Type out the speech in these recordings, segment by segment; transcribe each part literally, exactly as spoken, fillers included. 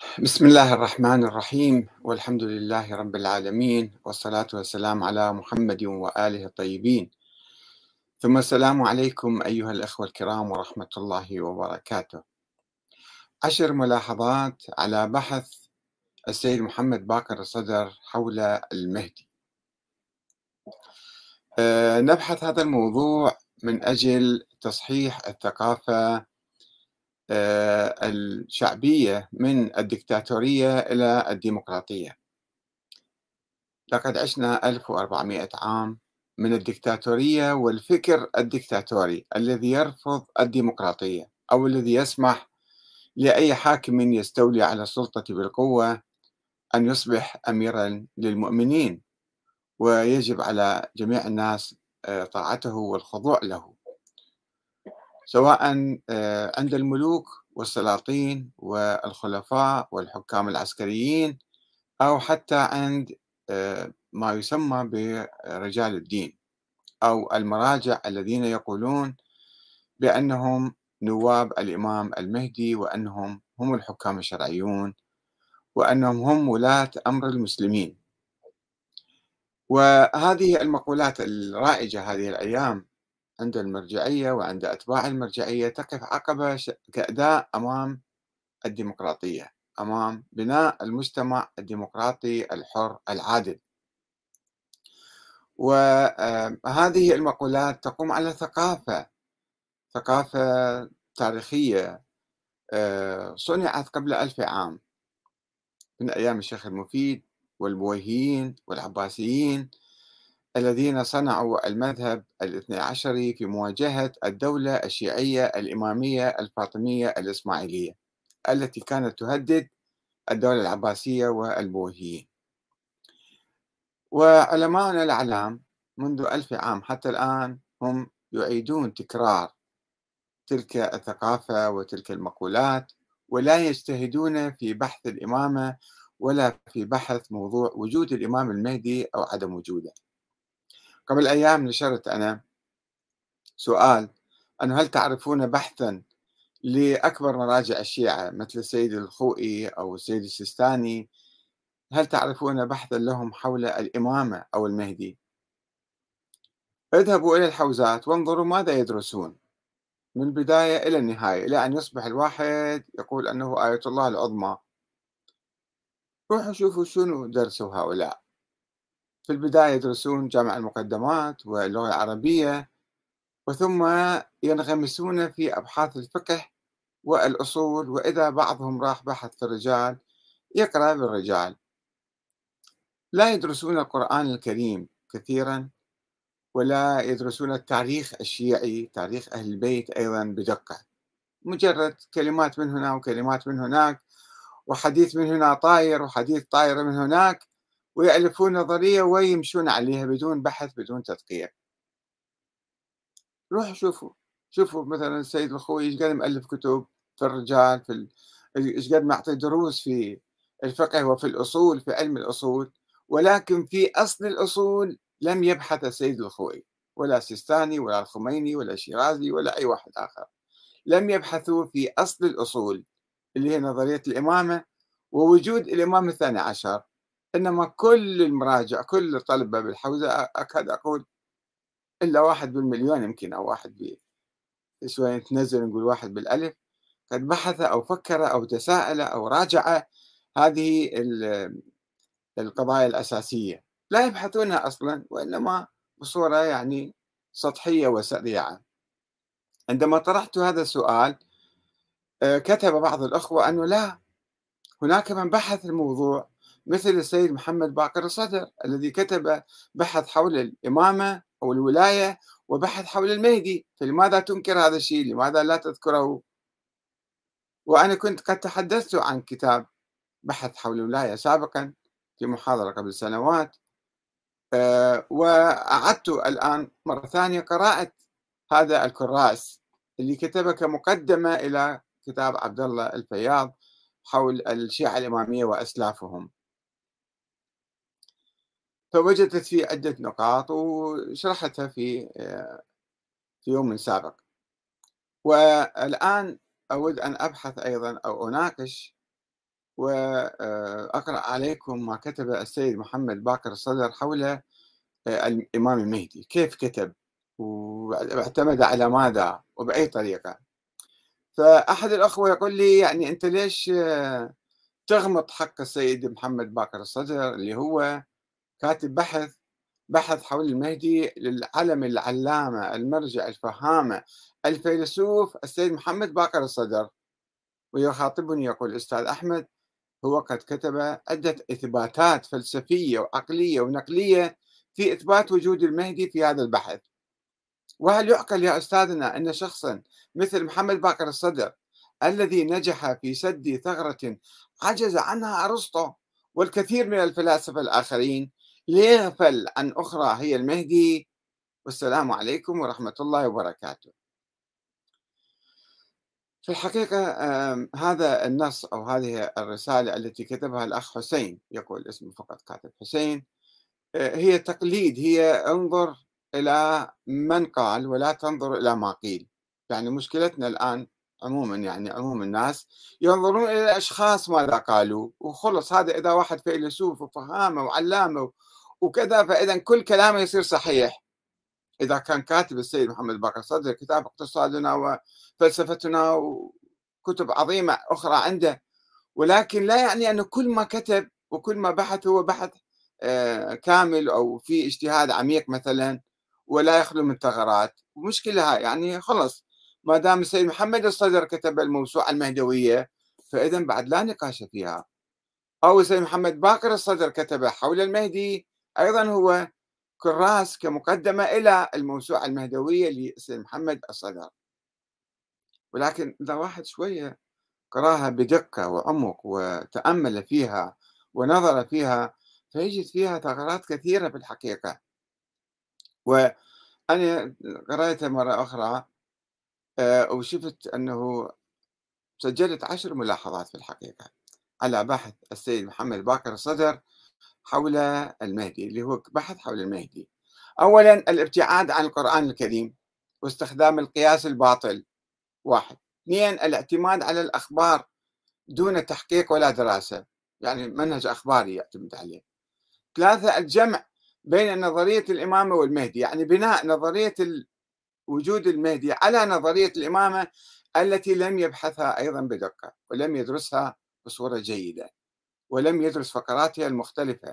بسم الله الرحمن الرحيم والحمد لله رب العالمين والصلاة والسلام على محمد وآله الطيبين. ثم السلام عليكم أيها الأخوة الكرام ورحمة الله وبركاته. عشر ملاحظات على بحث السيد محمد باقر الصدر حول المهدي. أه نبحث هذا الموضوع من أجل تصحيح الثقافة أه الشعبية من الدكتاتورية إلى الديمقراطية. لقد عشنا ألف وأربعمائة عام من الدكتاتورية والفكر الدكتاتوري الذي يرفض الديمقراطية أو الذي يسمح لأي حاكم يستولي على السلطة بالقوة أن يصبح أميرا للمؤمنين، ويجب على جميع الناس آه، طاعته والخضوع له، سواء آه، عند الملوك والسلاطين والخلفاء والحكام العسكريين أو حتى عند آه، ما يسمى برجال الدين أو المراجع الذين يقولون بأنهم نواب الإمام المهدي، وأنهم هم الحكام الشرعيون، وأنهم هم ولاة أمر المسلمين. وهذه المقولات الرائجة هذه الأيام عند المرجعية وعند أتباع المرجعية تقف عقبة كأداء أمام الديمقراطية، أمام بناء المجتمع الديمقراطي الحر العادل. وهذه المقولات تقوم على ثقافة ثقافة تاريخية آه، صنعت قبل ألف عام من أيام الشيخ المفيد والبويهيين والعباسيين الذين صنعوا المذهب الاثني عشري في مواجهة الدولة الشيعية الإمامية الفاطمية الإسماعيلية التي كانت تهدد الدولة العباسية والبويهيين. وعلماؤنا الأعلام منذ ألف عام حتى الآن هم يعيدون تكرار تلك الثقافة وتلك المقولات، ولا يجتهدون في بحث الإمامة ولا في بحث موضوع وجود الإمام المهدي أو عدم وجوده. قبل أيام نشرت أنا سؤال أنه هل تعرفون بحثا لأكبر مراجع الشيعة مثل السيد الخوئي أو السيد السيستاني، هل تعرفون بحثا لهم حول الإمامة أو المهدي؟ اذهبوا إلى الحوزات وانظروا ماذا يدرسون من البداية إلى النهاية، إلى أن يصبح الواحد يقول أنه آية الله العظمى. روحوا شوفوا شنو درسوا هؤلاء. في البداية يدرسون جامع المقدمات واللغة العربية، وثم ينغمسون في أبحاث الفقه والأصول، وإذا بعضهم راح بحث في الرجال يقرأ بالرجال. لا يدرسون القرآن الكريم كثيرا، ولا يدرسون التاريخ الشيعي، تاريخ أهل البيت أيضا بدقة، مجرد كلمات من هنا وكلمات من هناك، وحديث من هنا طاير وحديث طاير من هناك، ويألفون نظرية ويمشون عليها بدون بحث بدون تدقيق. روحوا شوفوا شوفوا مثلا السيد الخوي ايش قد مؤلف كتب في الرجال، في ال... ايش قد معطي دروس في الفقه وفي الأصول، في علم الأصول، ولكن في أصل الأصول لم يبحث السيد الخوي ولا السيستاني ولا الخميني ولا الشيرازي ولا أي واحد آخر. لم يبحثوا في أصل الأصول اللي هي نظرية الإمامة ووجود الإمام الثاني عشر. إنما كل المراجع، كل الطلبة بالحوزة، أكاد أقول إلا واحد بالمليون يمكن، أو واحد ب شوية نتنزل نقول واحد بالألف، قد بحث أو فكر أو تساءل أو راجع هذه ال- القضايا الأساسية. لا يبحثونها أصلا، وإنما بصورة يعني سطحية وسريعة. عندما طرحت هذا السؤال آه، كتب بعض الأخوة أنه لا، هناك من بحث الموضوع مثل السيد محمد باقر الصدر الذي كتب بحث حول الإمامة أو الولاية وبحث حول المهدي، فلماذا تنكر هذا الشيء؟ لماذا لا تذكره؟ وأنا كنت قد تحدثت عن كتاب بحث حول الولاية سابقا في محاضرة قبل سنوات، أه وأعدت الآن مرة ثانية قراءة هذا الكراس اللي كتبه كمقدمة إلى كتاب عبد الله الفياض حول الشيعة الإمامية وأسلافهم، فوجدت فيه عدة نقاط وشرحتها في آه، في يوم سابق. والآن أود أن أبحث أيضا أو أناقش وأقرأ عليكم ما كتب السيد محمد باقر الصدر حول آه، الإمام المهدي، كيف كتب واعتمد على ماذا وبأي طريقة. فأحد الأخوة يقول لي يعني أنت ليش آه، تغمط حق السيد محمد باقر الصدر اللي هو كاتب بحث بحث حول المهدي للعلم العلامة المرجع الفهامة الفيلسوف السيد محمد باقر الصدر، ويخاطبني يقول أستاذ أحمد هو قد كتب عدة إثباتات فلسفية وعقلية ونقلية في إثبات وجود المهدي في هذا البحث. وهل يعقل يا أستاذنا أن شخصا مثل محمد باقر الصدر الذي نجح في سد ثغرة عجز عنها أرسطو والكثير من الفلاسفة الآخرين ليغفل عن أخرى هي المهدي؟ والسلام عليكم ورحمة الله وبركاته. في الحقيقة آم، هذا النص أو هذه الرسالة التي كتبها الأخ حسين، يقول اسمه فقط كاتب حسين، آه، هي تقليد، هي انظر إلى من قال ولا تنظر إلى ما قيل. يعني مشكلتنا الآن عموما، يعني عموم الناس ينظرون إلى الأشخاص ماذا قالوا وخلص. هذا إذا واحد فيلسوف وفهامة وعلامة وكذا فإذا كل كلامه يصير صحيح. إذا كان كاتب السيد محمد باقر صدر كتاب اقتصادنا وفلسفتنا وكتب عظيمة أخرى عنده، ولكن لا يعني أنه كل ما كتب وكل ما بحث هو بحث آه، كامل أو في اجتهاد عميق مثلا ولا يخلو من ثغرات. مشكلة هاي يعني خلص، ما دام السيد محمد الصدر كتب الموسوعة المهدوية فإذا بعد لا نقاش فيها، أو السيد محمد باقر الصدر كتب حول المهدي أيضا هو كراس كمقدمة إلى الموسوعة المهدوية للسيد محمد الصدر. ولكن إذا واحد شوية قراها بدقة وعمق وتأمل فيها ونظر فيها فيجد فيها ثغرات كثيرة في الحقيقة. وأنا قرأتها مرة أخرى آه، وشفت أنه سجلت عشر ملاحظات في الحقيقة على بحث السيد محمد باقر الصدر حول المهدي، اللي هو بحث حول المهدي. أولا الابتعاد عن القرآن الكريم واستخدام القياس الباطل، واحد. اثنين الاعتماد على الأخبار دون تحقيق ولا دراسة، يعني منهج أخباري يعتمد عليه. ثلاثة الجمع بين نظرية الإمامة والمهدي، يعني بناء نظرية وجود المهدي على نظرية الإمامة التي لم يبحثها أيضا بدقة ولم يدرسها بصورة جيدة ولم يدرس فقراتها المختلفة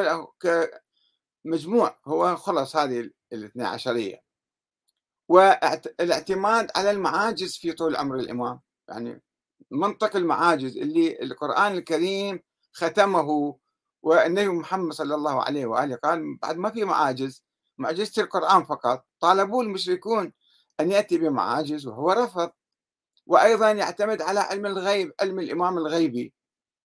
كمجموع. هو خلص هذه الاثنى عشرية. والاعتماد على المعاجز في طول عمر الإمام، يعني منطق المعاجز اللي القرآن الكريم ختمه، والنبي محمد صلى الله عليه وآله قال بعد ما في معاجز، معجزة القرآن فقط. طالبوا المشركون أن يأتي بمعاجز وهو رفض. وأيضا يعتمد على علم الغيب، علم الإمام الغيبي،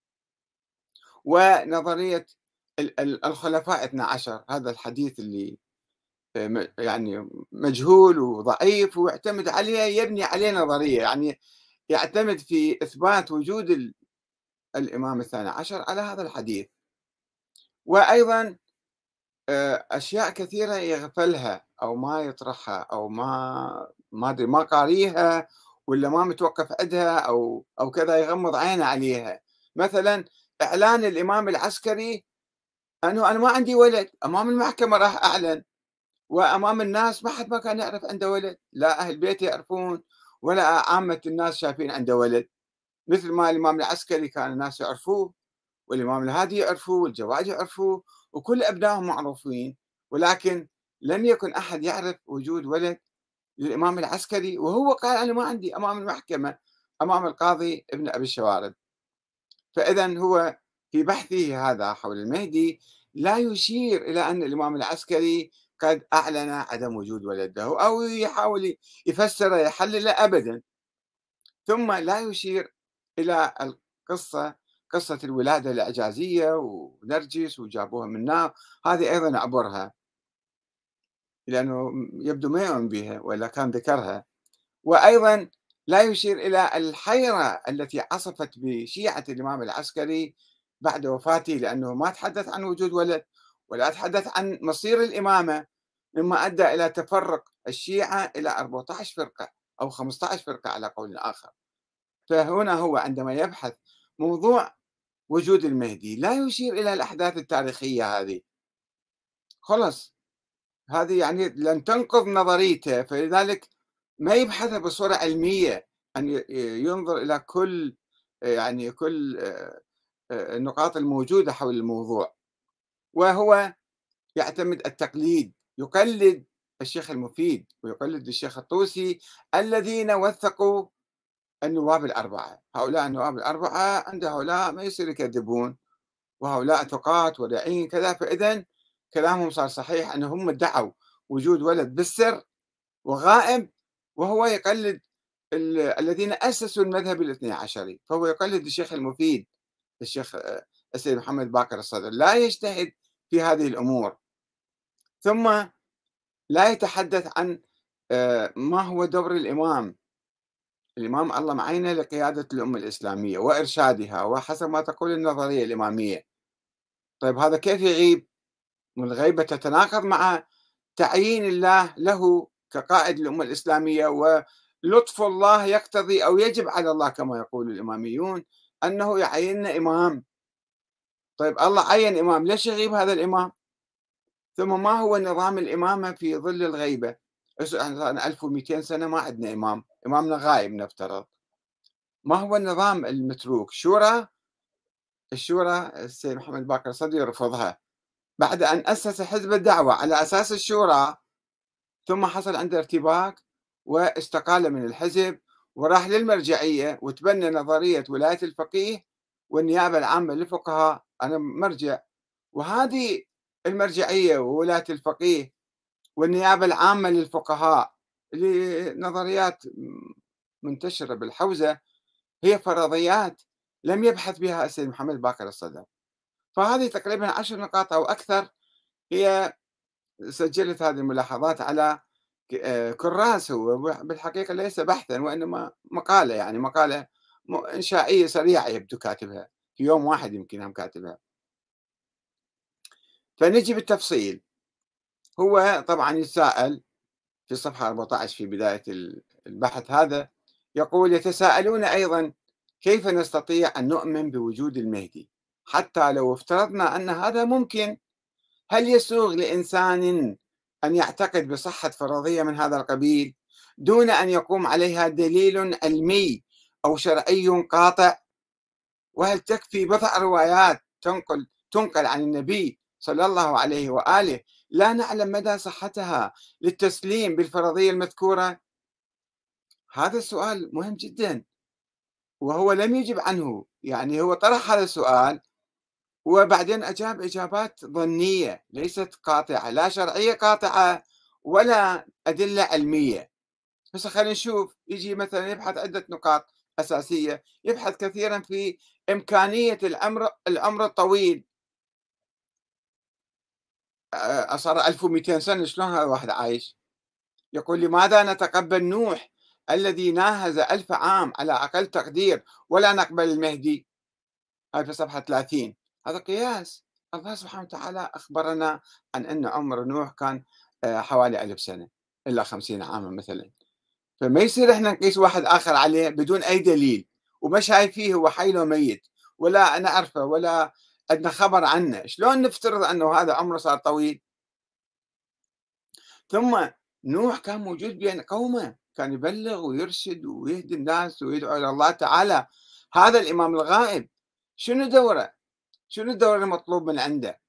ونظرية ال- ال- الخلفاء اثنا عشر، هذا الحديث اللي م- يعني مجهول وضعيف ويعتمد عليه، يبني عليه نظرية، يعني يعتمد في إثبات وجود ال- الإمام الثاني عشر على هذا الحديث. وأيضا آه، أشياء كثيرة يغفلها أو ما يطرحها أو ما ما أدري ما قاريها ولا ما متوقف عندها أو أو كذا، يغمض عينه عليها. مثلا إعلان الإمام العسكري أنه أنا ما عندي ولد، أمام المحكمة راح أعلن وأمام الناس، ما حد ما كان يعرف عنده ولد، لا أهل بيته يعرفون ولا عامة الناس شايفين عنده ولد. مثل ما الإمام العسكري كان الناس يعرفوه والإمام الهادي يعرفوه والجواد يعرفوه وكل أبنائهم معروفين، ولكن لم يكن أحد يعرف وجود ولد للإمام العسكري، وهو قال أنا ما عندي أمام المحكمة، أمام القاضي ابن أبي الشوارب. فإذا هو في بحثه هذا حول المهدي لا يشير إلى أن الإمام العسكري قد أعلن عدم وجود ولده أو يحاول يفسر يحلل أبدا. ثم لا يشير إلى القصة، قصة الولادة الإعجازية ونرجس وجابوها من النار، هذه أيضا أعبرها لأنه يبدو ما يؤمن بها ولا كان ذكرها. وأيضا لا يشير إلى الحيرة التي عصفت بشيعة الإمام العسكري بعد وفاته، لأنه ما تحدث عن وجود ولد ولا تحدث عن مصير الإمامة، مما أدى إلى تفرق الشيعة إلى أربعة عشر فرقة أو خمسة عشر فرقة على قول آخر. فهنا هو عندما يبحث موضوع وجود المهدي، لا يشير إلى الأحداث التاريخية هذه، خلص هذه يعني لن تنقض نظريته، فلذلك ما يبحثها بصورة علمية، أن ي ينظر إلى كل يعني كل آآ النقاط الموجودة حول الموضوع، وهو يعتمد التقليد، يقلد الشيخ المفيد ويقلد الشيخ الطوسي الذين وثقوا النواب الأربعة، هؤلاء النواب الأربعة عند هؤلاء ما يصير يكذبون، وهؤلاء ثقات ورعين كذا، فإذا كلامهم صار صحيح أنهم ادعوا وجود ولد بالسر وغائب، وهو يقلد ال الذين أسسوا المذهب الاثني عشري، فهو يقلد الشيخ المفيد الشيخ آآ السيد محمد باقر الصدر، لا يجتهد في هذه الأمور، ثم لا يتحدث عن آآ ما هو دور الإمام، الإمام الله معينه لقيادة الأمة الإسلامية وإرشادها وحسب ما تقول النظرية الإمامية، طيب هذا كيف يغيب؟ والغيبة تتناقض مع تعيين الله له كقائد الأمة الإسلامية، ولطف الله يقتضي أو يجب على الله كما يقول الإماميون أنه يعين إمام، طيب الله عين إمام ليش يغيب هذا الإمام؟ ثم ما هو نظام الإمامة في ظل الغيبة؟ هسه احنا صار لنا ألف ومئتين سنة ما عندنا إمام، إمامنا غايب نفترض، ما هو النظام المتروك؟ شورى، الشورى السيد محمد باقر الصدر يرفضها بعد أن أسس حزب الدعوة على أساس الشورى، ثم حصل عنده ارتباك واستقال من الحزب وراح للمرجعية وتبنى نظرية ولاية الفقيه والنيابة العامة للفقهاء، أنا مرجع، وهذه المرجعية وولاية الفقيه والنيابة العامة للفقهاء اللي نظريات منتشرة بالحوزة هي فرضيات لم يبحث بها السيد محمد باقر الصدر، فهذه تقريبا عشر نقاط أو أكثر هي سجلت هذه الملاحظات على ك آآ كُرّاس، هو بالحقيقة ليس بحثًا وإنما مقالة، يعني مقالة م إنشائية سريعة يبدو كاتبها، في يوم واحد يمكن هم كاتبها. فنجي بالتفصيل، هو طبعًا يتساءل في الصفحة أربعة عشر في بداية ال البحث هذا، يقول: "يتساءلون أيضًا كيف نستطيع أن نؤمن بوجود المهدي؟ حتى لو افترضنا أن هذا ممكن، هل يسوغ لإنسان أن يعتقد بصحة فرضية من هذا القبيل دون أن يقوم عليها دليل علمي أو شرعي قاطع؟ وهل تكفي بضع روايات تنقل تنقل عن النبي صلى الله عليه وآله لا نعلم مدى صحتها للتسليم بالفرضية المذكورة؟" هذا السؤال مهم جدا، وهو لم يجب عنه، يعني هو طرح هذا السؤال وبعدين أجاب إجابات ظنية ليست قاطعة، لا شرعية قاطعة ولا أدلة علمية. هسه خلينا نشوف، يجي مثلا يبحث عدة نقاط أساسية، يبحث كثيرا في إمكانية العمر العمر الطويل، أ- صار ألف ومئتين سنة شلون هذا الواحد عايش؟ يقول: لماذا نتقبل نوح الذي ناهز ألف عام على أقل تقدير ولا نقبل المهدي؟ هاي في صفحة ثلاثين، هذا قياس، الله سبحانه وتعالى أخبرنا عن أن عمر نوح كان آه، حوالي ألف سنة إلا خمسين عاما مثلا، فما يصير إحنا نقيس واحد آخر عليه بدون أي دليل وما شايفيه هو حي لو ميت ولا نعرفه ولا عندنا خبر عنه، شلون نفترض أنه هذا عمره صار طويل؟ ثم نوح كان موجود بين قومه، كان يبلغ ويرشد ويهدي الناس ويدعو إلى الله تعالى، هذا الإمام الغائب شنو دوره؟ شنو الدور المطلوب من عنده؟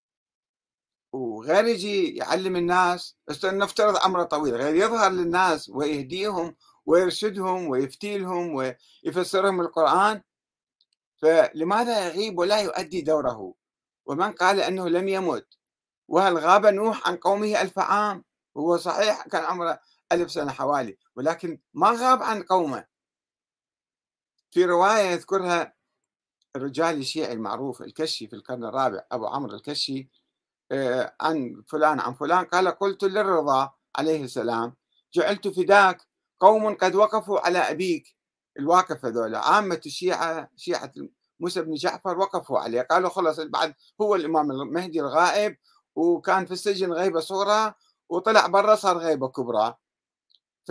وغير يجي يعلم الناس، بس نفترض عمره طويل، غير يظهر للناس ويهديهم ويرشدهم ويفتي لهم ويفسرهم القرآن، فلماذا يغيب ولا يؤدي دوره؟ ومن قال أنه لم يمت؟ وهل غاب نوح عن قومه ألف عام؟ هو صحيح كان عمره ألف سنة حوالي، ولكن ما غاب عن قومه. في رواية يذكرها الرجال الشيعي المعروف الكشي في القرن الرابع، أبو عمرو الكشي، آه، عن فلان عن فلان قال: قلت للرضا عليه السلام: جعلت فداك، قوم قد وقفوا على أبيك. الواقف هذول عامة الشيعة، شيعة موسى بن جعفر وقفوا عليه، قالوا خلص بعد هو الإمام المهدي الغائب، وكان في السجن غيبة صغرى وطلع برا صار غيبة كبرى،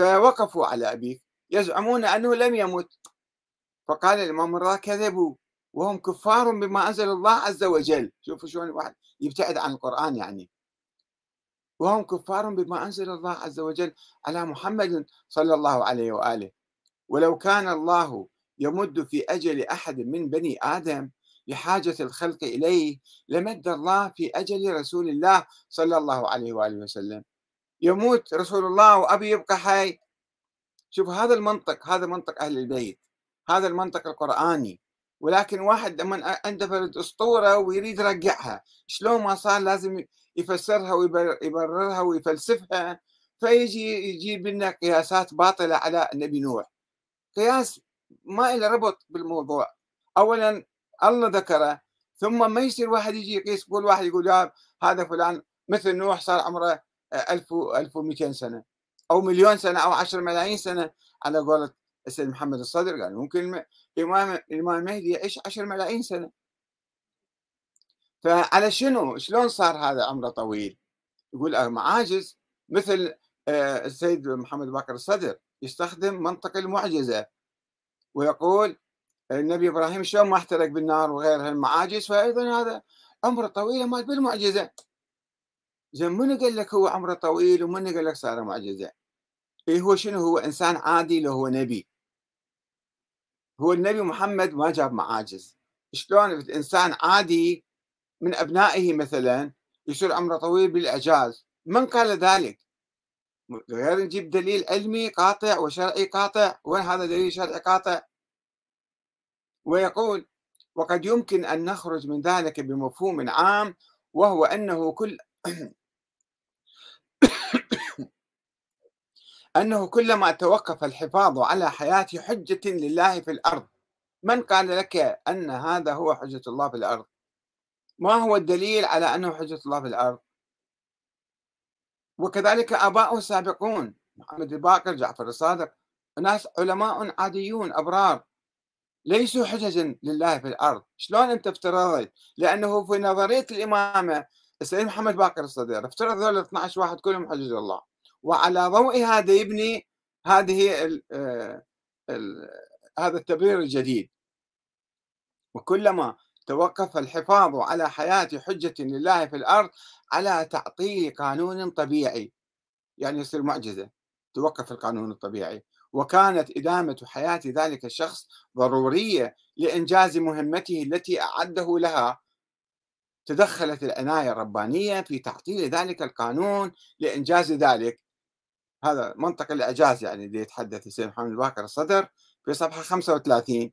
فوقفوا على أبيك، يزعمون أنه لم يمت. فقال الإمام الرضا: كذبوا، وهم كفار بما أنزل الله عز وجل. شوفوا شلون الواحد يبتعد عن القرآن يعني. وهم كفار بما أنزل الله عز وجل على محمد صلى الله عليه وآله. ولو كان الله يمد في أجل أحد من بني آدم لحاجة الخلق إليه لمد الله في أجل رسول الله صلى الله عليه وآله وسلم. يموت رسول الله وأبي يبقى حي. شوف هذا المنطق، هذا منطق أهل البيت، هذا المنطق القرآني. ولكن واحد لما عنده فرد أسطورة ويريد يرجعها، شلون ما صار لازم يفسرها ويبررها ويفلسفها، فيجي يجيب لنا قياسات باطلة على النبي نوح، قياس ما له ربط بالموضوع. أولا الله ذكره، ثم ما يصير واحد يجي يقيس، كل واحد يقول يا هذا فلان مثل نوح صار عمره ألف ألف ومئتين سنة أو مليون سنة أو عشر ملايين سنة على قولة السيد محمد الصدر. قال ممكن الإمام الإمام المهدي يعيش عشر ملايين سنة. فعلى شنو؟ شلون صار هذا عمره طويل؟ يقول معاجز مثل آه، السيد محمد باقر الصدر يستخدم منطق المعجزة ويقول النبي إبراهيم شلون ما احترق بالنار وغيرها المعاجز، فأيضا هذا عمره طويل مات بالمعجزة. زين من قال لك هو عمره طويل ومن قال لك صار معجزة؟ إيه هو شنو؟ هو إنسان عادي لو هو نبي؟ هو النبي محمد ما جاب معاجز. شلون إنسان عادي من أبنائه مثلا يصير عمره طويل بالإعجاز؟ من قال ذلك؟ غير نجيب دليل علمي قاطع وشرعي قاطع. وين هذا دليل شرعي قاطع؟ ويقول وقد يمكن أن نخرج من ذلك بمفهوم عام، وهو أنه كل أنه كلما توقف الحفاظ على حياة حجة لله في الأرض. من قال لك أن هذا هو حجة الله في الأرض؟ ما هو الدليل على أنه حجة الله في الأرض؟ وكذلك آباؤه السابقون محمد الباقر، جعفر الصادق، ناس علماء عاديون أبرار ليسوا حججا لله في الأرض. شلون أنت افترضت؟ لأنه في نظرية الإمامة السيد محمد باقر الصدر افترض ذول اثني عشر واحد كلهم حجج الله، وعلى ضوء هذا يبني هذه ال ال هذا التبرير الجديد. وكلما توقف الحفاظ على حياة حجة لله في الأرض على تعطيل قانون طبيعي، يعني يصير معجزة، توقف القانون الطبيعي، وكانت إدامة حياة ذلك الشخص ضرورية لإنجاز مهمته التي أعده لها، تدخلت العناية الربانية في تعطيل ذلك القانون لإنجاز ذلك. هذا منطق الإعجاز يعني اللي يتحدث السيد محمد باقر الصدر في صفحة خمسة وثلاثين.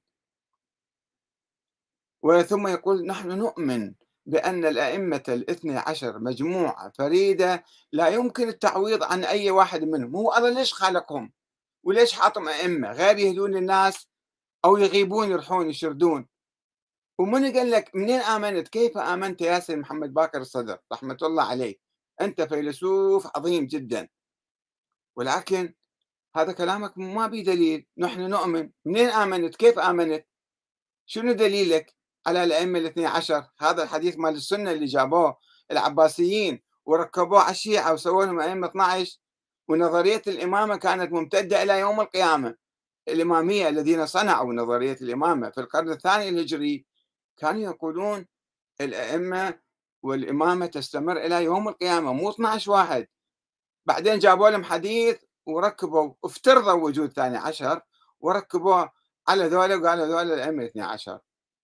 وثم يقول نحن نؤمن بأن الأئمة الاثني عشر مجموعة فريدة لا يمكن التعويض عن أي واحد منهم. هو الله ليش خلقهم؟ وليش حاطهم أئمة غير يهدون الناس أو يغيبون يروحون يشردون؟ ومن قال لك منين آمنت؟ كيف آمنت يا سيد محمد باقر الصدر رحمة الله عليه؟ أنت فيلسوف عظيم جدا، ولكن هذا كلامك ما به دليل. نحن نؤمن، منين آمنت؟ كيف آمنت؟ شنو دليلك على الأئمة الاثني عشر؟ هذا الحديث مال السنة اللي جابوه العباسيين وركبوه على الشيعة وسووا لهم أئمة اثني عشر، ونظرية الإمامة كانت ممتدة إلى يوم القيامة. الإمامية الذين صنعوا نظرية الإمامة في القرن الثاني الهجري كانوا يقولون الأئمة والإمامة تستمر إلى يوم القيامة، مو اثني عشر واحد. بعدين جابوا لهم حديث وركبوا، افترضوا وجود ثاني عشر وركبوه على ذولا وقالوا ذولا الأئمة الاثني عشر.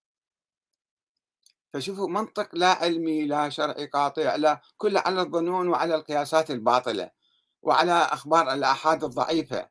فشوفوا منطق لا علمي لا شرعي قاطع، لا كله على الظنون وعلى القياسات الباطلة وعلى أخبار الآحاد الضعيفة.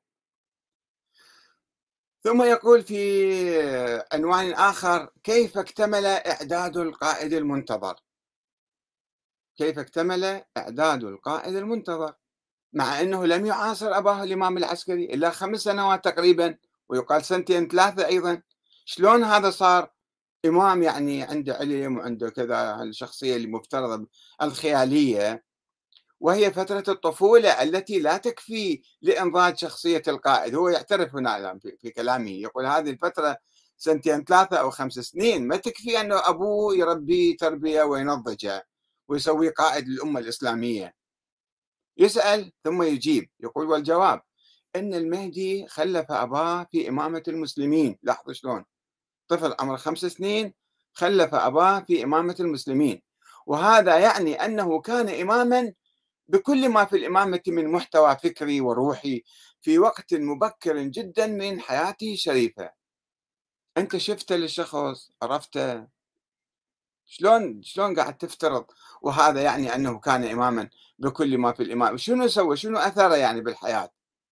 ثم يقول في عنوان آخر كيف اكتمل إعداد القائد المنتظر. كيف اكتمل إعداد القائد المنتظر مع أنه لم يعاصر أباه الإمام العسكري إلا خمس سنوات تقريبا، ويقال سنتين ثلاثة أيضا. شلون هذا صار إمام يعني عنده علم وعنده كذا الشخصية المفترضة الخيالية، وهي فترة الطفولة التي لا تكفي لإنضاج شخصية القائد. هو يعترف هنا في كلامه، يقول هذه الفترة سنتين ثلاثة أو خمس سنين ما تكفي أنه أبوه يربيه تربية وينضجه ويسويه قائد للأمة الإسلامية. يسأل ثم يجيب، يقول والجواب أن المهدي خلف أباه في إمامة المسلمين. لاحظوا شلون طفل عمره خمس سنين خلف أباه في إمامة المسلمين، وهذا يعني أنه كان إماما بكل ما في الإمامة من محتوى فكري وروحي في وقت مبكر جدا من حياته الشريفة. أنت شفت للشخص، عرفته، شلون شلون قاعد تفترض وهذا يعني أنه كان إماما بكل ما في الإمامة؟ شنو سوى؟ شنو أثره يعني بالحياة؟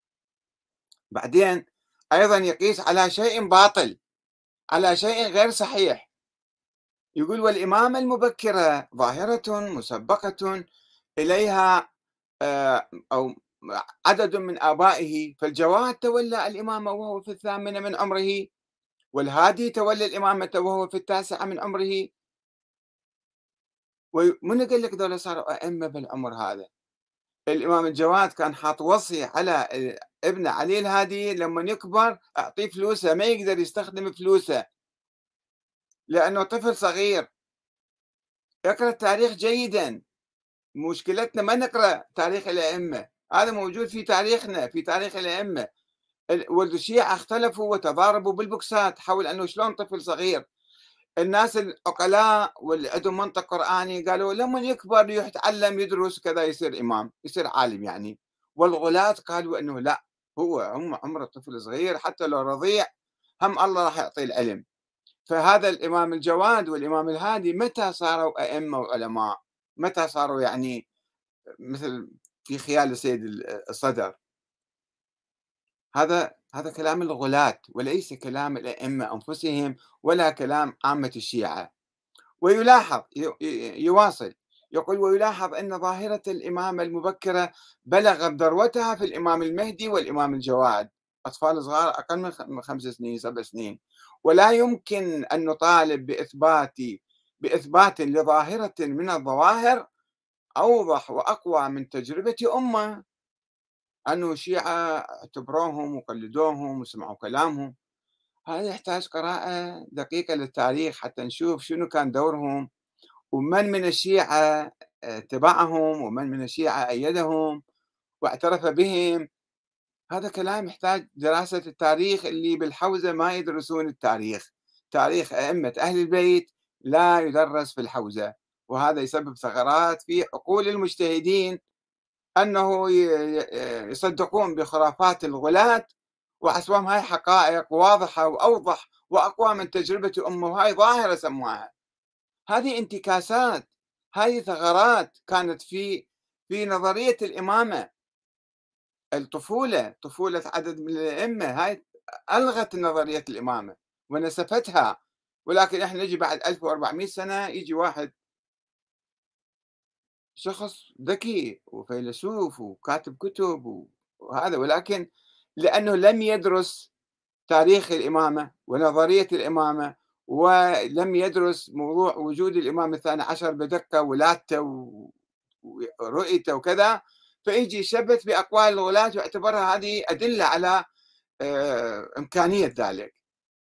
بعدين أيضا يقيس على شيء باطل، على شيء غير صحيح. يقول: والإمامة المبكرة ظاهرة مسبقة إليها آه، أو عدد من آبائه، فالجواد تولى الإمامة وهو في الثامنة من عمره، والهادي تولى الإمامة وهو في التاسعة من عمره. ومن قال لك ذولا صاروا أئمة بالعمر هذا؟ الإمام الجواد كان حاط وصية على ابنه علي الهادي لما يكبر أعطيه فلوسه، ما يقدر يستخدم فلوسه لأنه طفل صغير. اقرأ التاريخ جيدا، مشكلتنا ما نقرأ تاريخ الأئمة، هذا موجود في تاريخنا، في تاريخ الأئمة. ال- والشيعة اختلفوا وتضاربوا بالبوكسات حول أنه شلون طفل صغير. الناس العقلاء واللي عندهم منطق قرآني قالوا لما يكبر يتعلم يدرس كذا يصير إمام، يصير عالم يعني. والغلاة قالوا أنه لا، هو هم عمره طفل صغير حتى لو رضيع هم الله راح يعطيه العلم. فهذا الإمام الجواد والإمام الهادي متى صاروا أئمة وعلماء؟ متى صاروا يعني مثل في خيال السيد الصدر؟ هذا هذا كلام الغلاة وليس كلام الأئمة أنفسهم ولا كلام عامة الشيعة. ويلاحظ ي- ي- يواصل يقول: ويلاحظ أن ظاهرة الإمامة المبكرة بلغت ذروتها في الإمام المهدي والإمام الجواد، أطفال صغار أقل من خ- من خمس سنين سبع سنين. ولا يمكن أن نطالب بإثبات بإثبات لظاهرة من الظواهر أوضح وأقوى من تجربة أمة. أنه الشيعة اعتبروهم وقلدوهم وسمعوا كلامهم. هذا يحتاج قراءة دقيقة للتاريخ حتى نشوف شنو كان دورهم، ومن من الشيعة اتبعهم، ومن من الشيعة أيدهم واعترف بهم. هذا كلام يحتاج دراسة التاريخ. اللي بالحوزة ما يدرسون التاريخ، تاريخ أئمة أهل البيت لا يدرس في الحوزة، وهذا يسبب ثغرات في عقول المجتهدين، أنه ي- ي- يصدقون بخرافات الغلاة وحسبهم هاي حقائق واضحة وأوضح وأقوى من تجربة أمه، وهاي ظاهرة سموها. هذه انتكاسات، هذه ثغرات كانت في في نظرية الإمامة. الطفولة، طفولة عدد من الأئمة، هاي ألغت نظرية الإمامة ونسفتها. ولكن احنا نجي بعد ألف وأربعمئة سنة يجي واحد شخص ذكي وفيلسوف وكاتب كتب وهذا، ولكن لأنه لم يدرس تاريخ الإمامة ونظرية الإمامة، ولم يدرس موضوع وجود الإمام الثاني عشر بدقة، ولادته و- ورؤيته وكذا، فيجي يشبث بأقوال الغلاة ويعتبرها هذه أدلة على آه، إمكانية ذلك.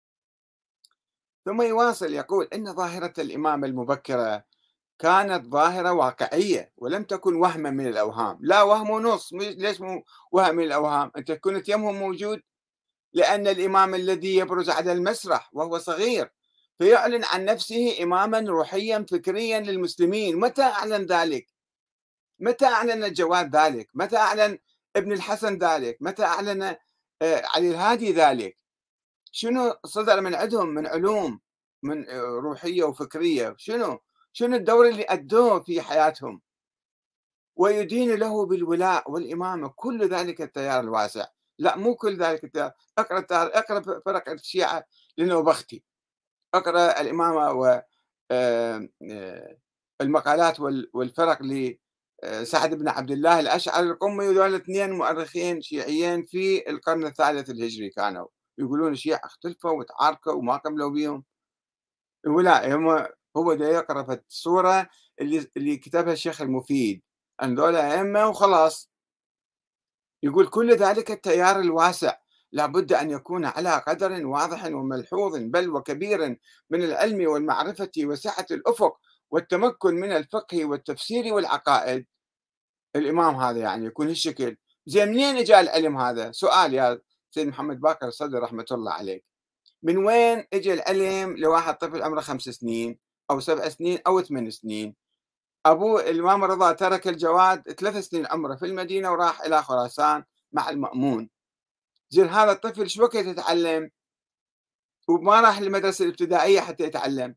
ثم يواصل يقول إن ظاهرة الإمامة المبكرة كانت ظاهرة واقعية ولم تكن وهما من الأوهام. لا وهم ونص، مش- ليش مو وهم من الأوهام؟ أنت كنت يمهم موجود، لأن الإمام الذي يبرز على المسرح وهو صغير فيعلن عن نفسه إماما روحيا فكريا للمسلمين. متى أعلن ذلك؟ متى أعلن الجواد ذلك؟ متى أعلن ابن الحسن ذلك؟ متى أعلن آه، علي الهادي ذلك؟ شنو صدر من عندهم من علوم، من آه، روحية وفكرية؟ شنو شنو الدور اللي أدوه في حياتهم؟ ويدين له بالولاء والإمامة كل ذلك التيار الواسع. لا، مو كل ذلك التيار. اقرأ التار- اقرأ فرق الشيعة لنوبختي، اقرأ الإمامة و آه، آه، المقالات وال- والفرق لسعد بن عبد الله الأشعري القمي، وذول اثنين مؤرخين شيعيين في القرن الثالث الهجري كانوا يقولون الشيعة اختلفوا وتعاركوا وما كملوا بيهم. ولا هم هو دا يقرأ في الصورة اللي اللي كتبها الشيخ المفيد أن ذولا أئمة وخلاص. يقول كل ذلك التيار الواسع لابد أن يكون على قدر واضح وملحوظ بل وكبير من العلم والمعرفة وسعة الأفق والتمكن من الفقه والتفسير والعقائد. الإمام هذا يعني يكون هالشكل. زين منين جاء العلم هذا؟ سؤال يا سيد محمد باقر الصدر رحمة الله عليه. من وين اجى العلم لواحد طفل عمره خمس سنين أو سبع سنين أو ثمان سنين؟ أبوه الإمام الرضا ترك الجواد ثلاث سنين عمره في المدينة وراح إلى خراسان مع المأمون. زين هذا الطفل شو وقت يتعلم؟ وما راح للمدرسة الابتدائية حتى يتعلم،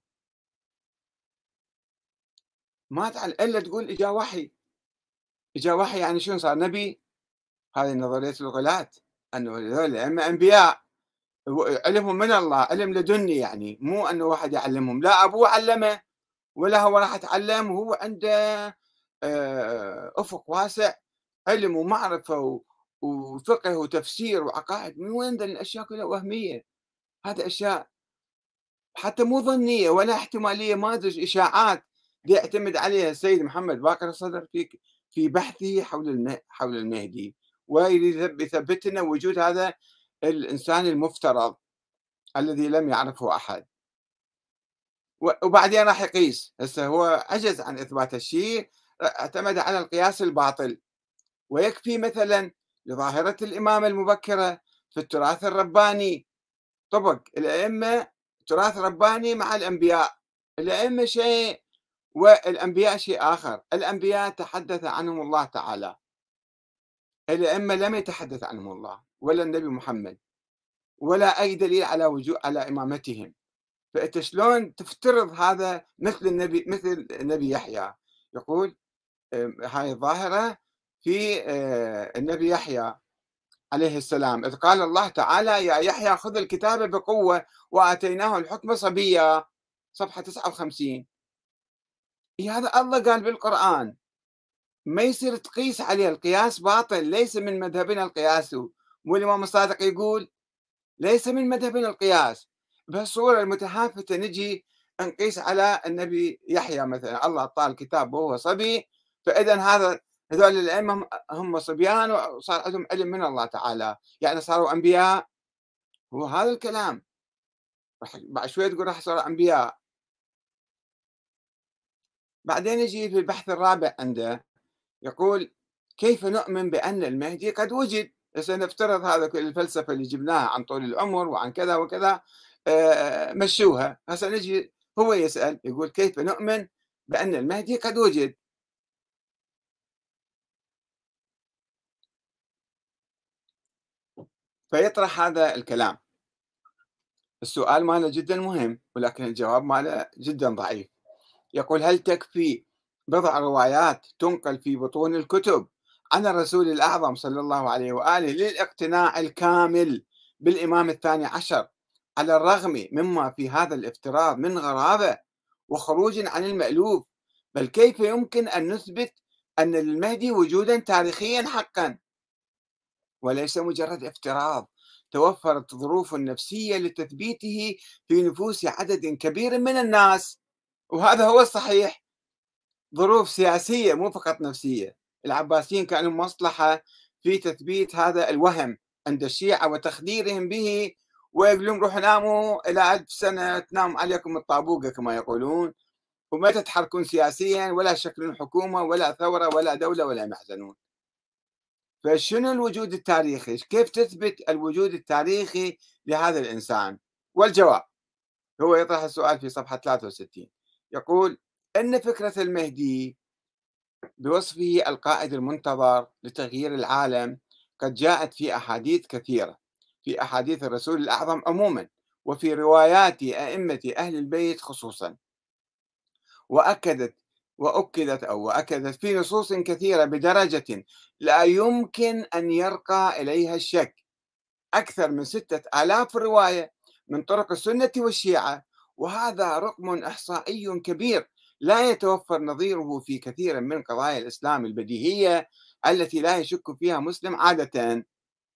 ما تعلم إلا تقول إجا وحي. إجا وحي يعني شنو صار نبي؟ هذه نظرية الغلاة، أنه هذول الأئمة أنبياء علمهم من الله، علم لدني، يعني مو أنه واحد يعلمهم، لا أبوه علمه ولا هو راح يتعلم، وهو عنده آآ أفق واسع، علم ومعرفة و وفقه وتفسير وعقائد. من وين ذي الأشياء كلها وهمية؟ هذه أشياء حتى مو ظنية ولا احتمالية، ما أدري إشاعات يعتمد عليها السيد محمد باقر الصدر في ك في بحثه حول الم حول المهدي، ويريد يثب يثبت لنا وجود هذا الإنسان المفترض الذي لم يعرفه أحد. و وبعدين راح يقيس، هسه هو عجز عن إثبات هالشيء، اعتمد على القياس الباطل. ويكفي مثلًا لظاهرة الإمامة المبكرة في التراث الرباني، طبق الأئمة تراث رباني مع الأنبياء، الأئمة شيء والأنبياء شيء آخر. الأنبياء تحدث عنهم الله تعالى، الأئمة لم يتحدث عنهم الله ولا النبي محمد، ولا أي دليل على وجو على إمامتهم. فأنت شلون تفترض هذا مثل النبي مثل النبي يحيى؟ يقول آمم هاي الظاهرة في آآ النبي يحيى عليه السلام، إذ قال الله تعالى: "يا يحيى خذ الكتاب بقوة وآتيناه الحكم صبيًّا." صفحة تسعة وخمسين. إي هذا الله قال بالقرآن، ما يصير تقيس عليه، القياس باطل، ليس من مذهبنا القياس. والإمام الصادق يقول: "ليس من مذهبنا القياس." بهالصورة المتهافتة نجي نقيس على النبي يحيى مثلًا، الله أعطاه الكتاب وهو صبي، فإذًا هذا هذول الأئمة هم صبيان وصار عندهم علم من الله تعالى، يعني صاروا أنبياء. هو هذا الكلام، راح بعد شوية تقول راح صاروا أنبياء. بعدين يجي في البحث الرابع عنده يقول: كيف نؤمن بأن المهدي قد وجد؟ هسه نفترض هذا كل الفلسفة اللي جبناها عن طول العمر وعن كذا وكذا، آآ مشوها. هسه نجي هو يسأل يقول: كيف نؤمن بأن المهدي قد وجد؟ فيطرح هذا الكلام. السؤال ماله جدًا مهم، ولكن الجواب ماله جدًا ضعيف. يقول: هل تكفي بضع روايات تنقل في بطون الكتب عن الرسول الأعظم صلى الله عليه وآله للاقتناع الكامل بالإمام الثاني عشر، على الرغم مما في هذا الافتراض من غرابة وخروج عن المألوف؟ بل كيف يمكن أن نثبت أن للمهدي وجودا تاريخيا حقا وليس مجرد افتراض توفرت ظروف نفسية لتثبيته في نفوس عدد كبير من الناس؟ وهذا هو الصحيح، ظروف سياسية مو فقط نفسية. العباسيين كان لهم مصلحة في تثبيت هذا الوهم عند الشيعة وتخديرهم به، ويقول لهم روحوا ناموا إلى ألف سنة تنام عليكم الطابوقة كما يقولون، وما تتحركون سياسيا ولا شكلون حكومة ولا ثورة ولا دولة ولا محزنون. فشنو الوجود التاريخي؟ كيف تثبت الوجود التاريخي لهذا الإنسان؟ والجواب، هو يطرح السؤال في صفحة ثلاثة وستين، يقول: إن فكرة المهدي بوصفه القائد المنتظر لتغيير العالم قد جاءت في أحاديث كثيرة، في أحاديث الرسول الأعظم عموما، وفي روايات أئمة أهل البيت خصوصا، وأكدت وأكدت أو وأكدت في نصوص كثيرة بدرجة لا يمكن أن يرقى إليها الشك، أكثر من ستة آلاف رواية من طرق السنة والشيعة، وهذا رقم إحصائي كبير لا يتوفر نظيره في كثير من قضايا الإسلام البديهية التي لا يشك فيها مسلم عادة.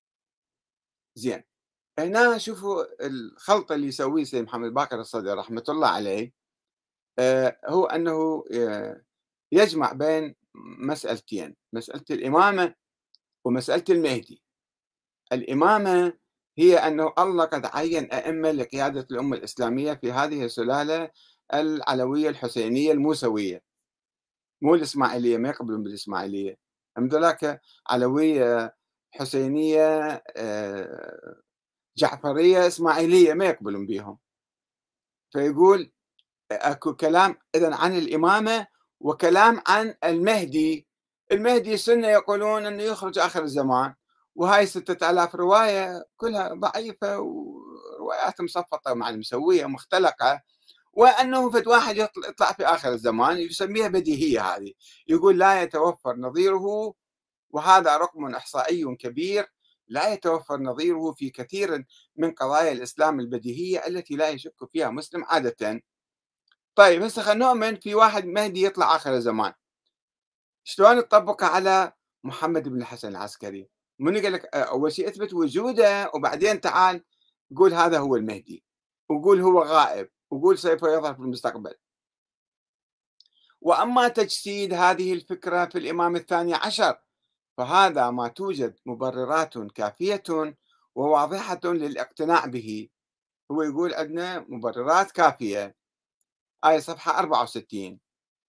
زين، هنا شوفوا الخلط اللي يسويه سيد محمد باقر الصدر رحمة الله عليه. آه، هو أنه آه، يجمع بين مسألتين، مسألة الإمامة ومسألة المهدي. الإمامة هي أنه الله قد عين أئمة لقيادة الأمة الإسلامية في هذه السلالة العلوية الحسينية الموسوية، مو الإسماعيلية، ما يقبلون بالإسماعيلية، هم ذولاك علوية حسينية آه، جعفرية إسماعيلية ما يقبلون بيهم. فيقول أكو كلام إذن عن الإمامة وكلام عن المهدي. المهدي السنة يقولون أنه يخرج آخر الزمان، وهاي ستة آلاف رواية كلها ضعيفة وروايات مصفطة مع المسوية مختلقة، وأنه فد واحد يطل- يطلع في آخر الزمان يسميها بديهية هذه. يقول لا يتوفر نظيره، وهذا رقم إحصائي كبير لا يتوفر نظيره في كثير من قضايا الإسلام البديهية التي لا يشك فيها مسلم عادة. طيب هسه خلينا نؤمن في واحد مهدي يطلع آخر الزمان، شلون تطبقها على محمد بن الحسن العسكري؟ من قال لك آه، أول شيء اثبت وجوده، وبعدين تعال قول هذا هو المهدي، وقول هو غائب، وقول سوف يظهر في المستقبل. وأما تجسيد هذه الفكرة في الإمام الثاني عشر فهذا ما توجد مبررات كافية وواضحة للاقتناع به. هو يقول عندنا مبررات كافية، آية صفحة أربعة وستين.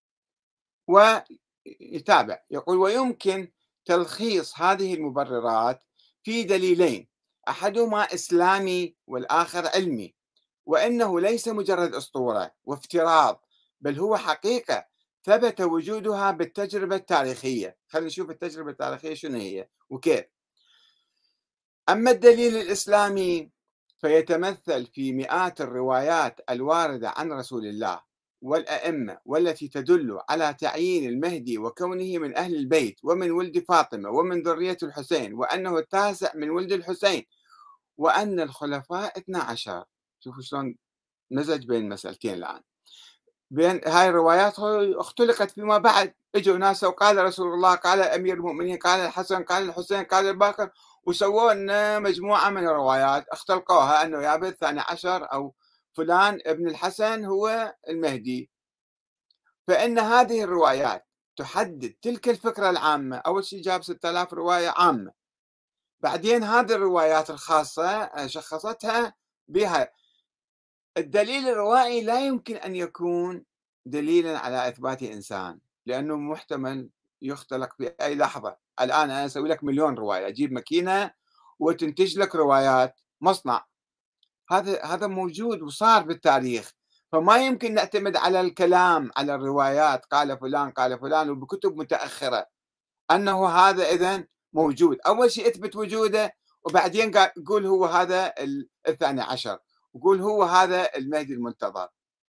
ويتابع يقول ويمكن تلخيص هذه المبررات في دليلين، أحدهما إسلامي والآخر علمي، وإنه ليس مجرد أسطورة وافتراض، بل هو حقيقة ثبت وجودها بالتجربة التاريخية. خلينا نشوف التجربة التاريخية شنو هي وكيف. أما الدليل الإسلامي فيتمثل في مئات الروايات الواردة عن رسول الله والأئمة والتي تدل على تعيين المهدي وكونه من أهل البيت ومن ولد فاطمة ومن ذرية الحسين، وأنه التاسع من ولد الحسين، وأن الخلفاء اثنا عشر. شوفوا شلون مزج بين المسألتين الآن. بين هاي الروايات اختلقت فيما بعد، اجوا ناس وقال رسول الله، قال امير المؤمنين، قال الحسن، قال الحسين، قال الباقر، وسووا لنا مجموعه من الروايات اختلقوها انه يابا الثاني عشر او فلان ابن الحسن هو المهدي. فان هذه الروايات تحدد تلك الفكره العامه. اول شيء جاب ستة آلاف روايه عامه، بعدين هذه الروايات الخاصه شخصتها بها. الدليل الروائي لا يمكن أن يكون دليلا على إثبات إنسان، لأنه محتمل يختلق في أي لحظة. الآن أنا أسوي لك مليون رواية، أجيب ماكينة وتنتج لك روايات، مصنع، هذا هذا موجود وصار بالتاريخ. فما يمكن نعتمد على الكلام، على الروايات قال فلان قال فلان وبكتب متأخرة أنه هذا إذن موجود. أول شيء اثبت وجوده، وبعدين قول هو هذا الثاني عشر، وقول هو هذا المهدي المنتظر.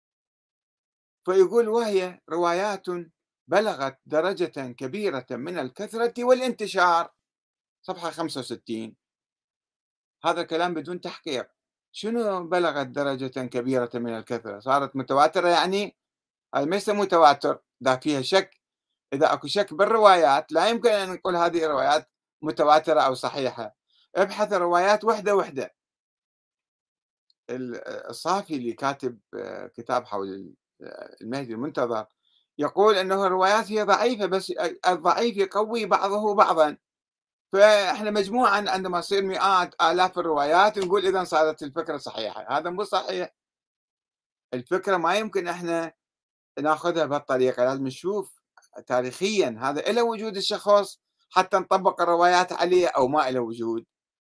فيقول وهي روايات بلغت درجة كبيرة من الكثرة والانتشار. صفحة خمسة وستين. هذا كلام بدون تحقيق. شنو بلغت درجة كبيرة من الكثرة؟ صارت متواترة يعني؟ هذا ما يسموه تواتر، إذا فيها شك. إذا أكو شك بالروايات لا يمكن أن نقول هذه الروايات متواترة أو صحيحة. ابحث الروايات وحدة وحدة. الصافي اللي كاتب كتاب حول المهدي المنتظر يقول أنه الروايات هي ضعيفة، بس الضعيف يقوي بعضه بعضا. فإحنا مجموعا عندما يصير مئات آلاف الروايات نقول إذا صارت الفكرة صحيحة. هذا مو صحيح. الفكرة ما يمكن إحنا ناخذها بهالطريقة، لازم نشوف تاريخيا هذا إلى وجود الشخص حتى نطبق الروايات عليه أو ما إلى وجود.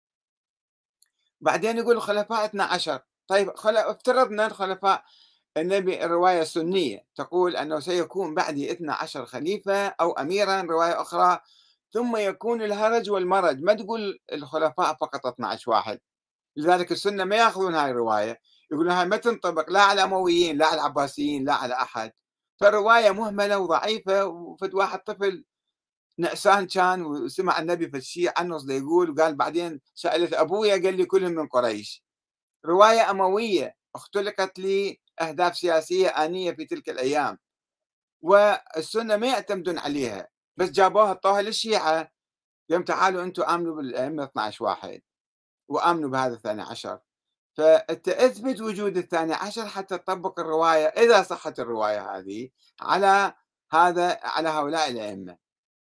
بعدين يقول الخلفاء اثنا عشر. طيب افترضنا الخلفاء النبي، الرواية السنية تقول أنه سيكون بعدي اثنا عشر خليفة أو أميرا، رواية أخرى، ثم يكون الهرج والمرج. ما تقول الخلفاء فقط اثنا عشر واحد. لذلك السنة ما يأخذون هاي الرواية، يقولون هاي ما تنطبق لا على الأمويين لا على العباسيين لا على أحد. فالرواية مهملة وضعيفة. وفد واحد طفل نعسان كان وسمع النبي في الشيء عنص يقول، وقال بعدين سألت أبويا قال لي كلهم من قريش. رواية أموية اختلقت لأهداف سياسية آنية في تلك الأيام، والسنة ما يعتمدون عليها، بس جابوها حطوها للشيعة. يوم تعالوا أنتم آمنوا بالأئمة اثنا عشر واحد وآمنوا بهذا الثاني عشر. فأنت اثبت وجود الثاني عشر حتى تطبق الرواية إذا صحت الرواية هذه على هذا على هؤلاء الأئمة.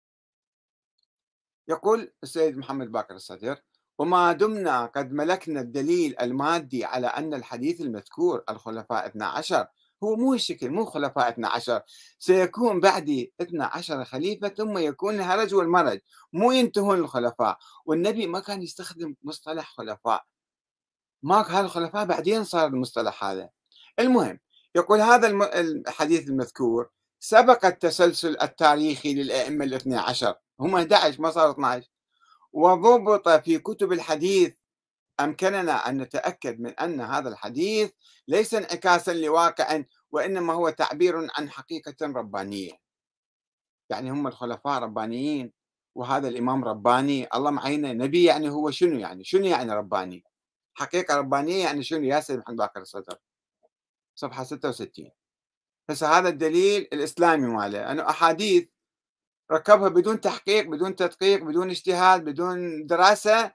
يقول السيد محمد باقر الصدر: وما دمنا قد ملكنا الدليل المادي على أن الحديث المذكور الخلفاء اثنا عشر هو مو الشكل، مو خلفاء اثنا عشر، سيكون بعدي اثنا عشر خليفة ثم يكون الهرج والمرج، مو ينتهون الخلفاء. والنبي ما كان يستخدم مصطلح خلفاء، ماك هالخلفاء بعدين صار المصطلح هذا. المهم يقول هذا الم- الحديث المذكور سبق التسلسل التاريخي للأئمة الاثني عشر، هم أحد عشر ما صار اثني عشر، وضبط في كتب الحديث. أمكننا أن نتأكد من أن هذا الحديث ليس انعكاسا لواقع، وإنما هو تعبير عن حقيقة ربانية. يعني هم الخلفاء ربانيين، وهذا الإمام رباني، الله معينه نبي، يعني هو شنو يعني شنو يعني رباني؟ حقيقة ربانية يعني شنو يا سيد محمد باقر الصدر؟ صفحة ستة وستين. هسه هذا الدليل الإسلامي ماله، أنه أحاديث ركبها بدون تحقيق بدون تدقيق بدون اجتهاد بدون دراسة،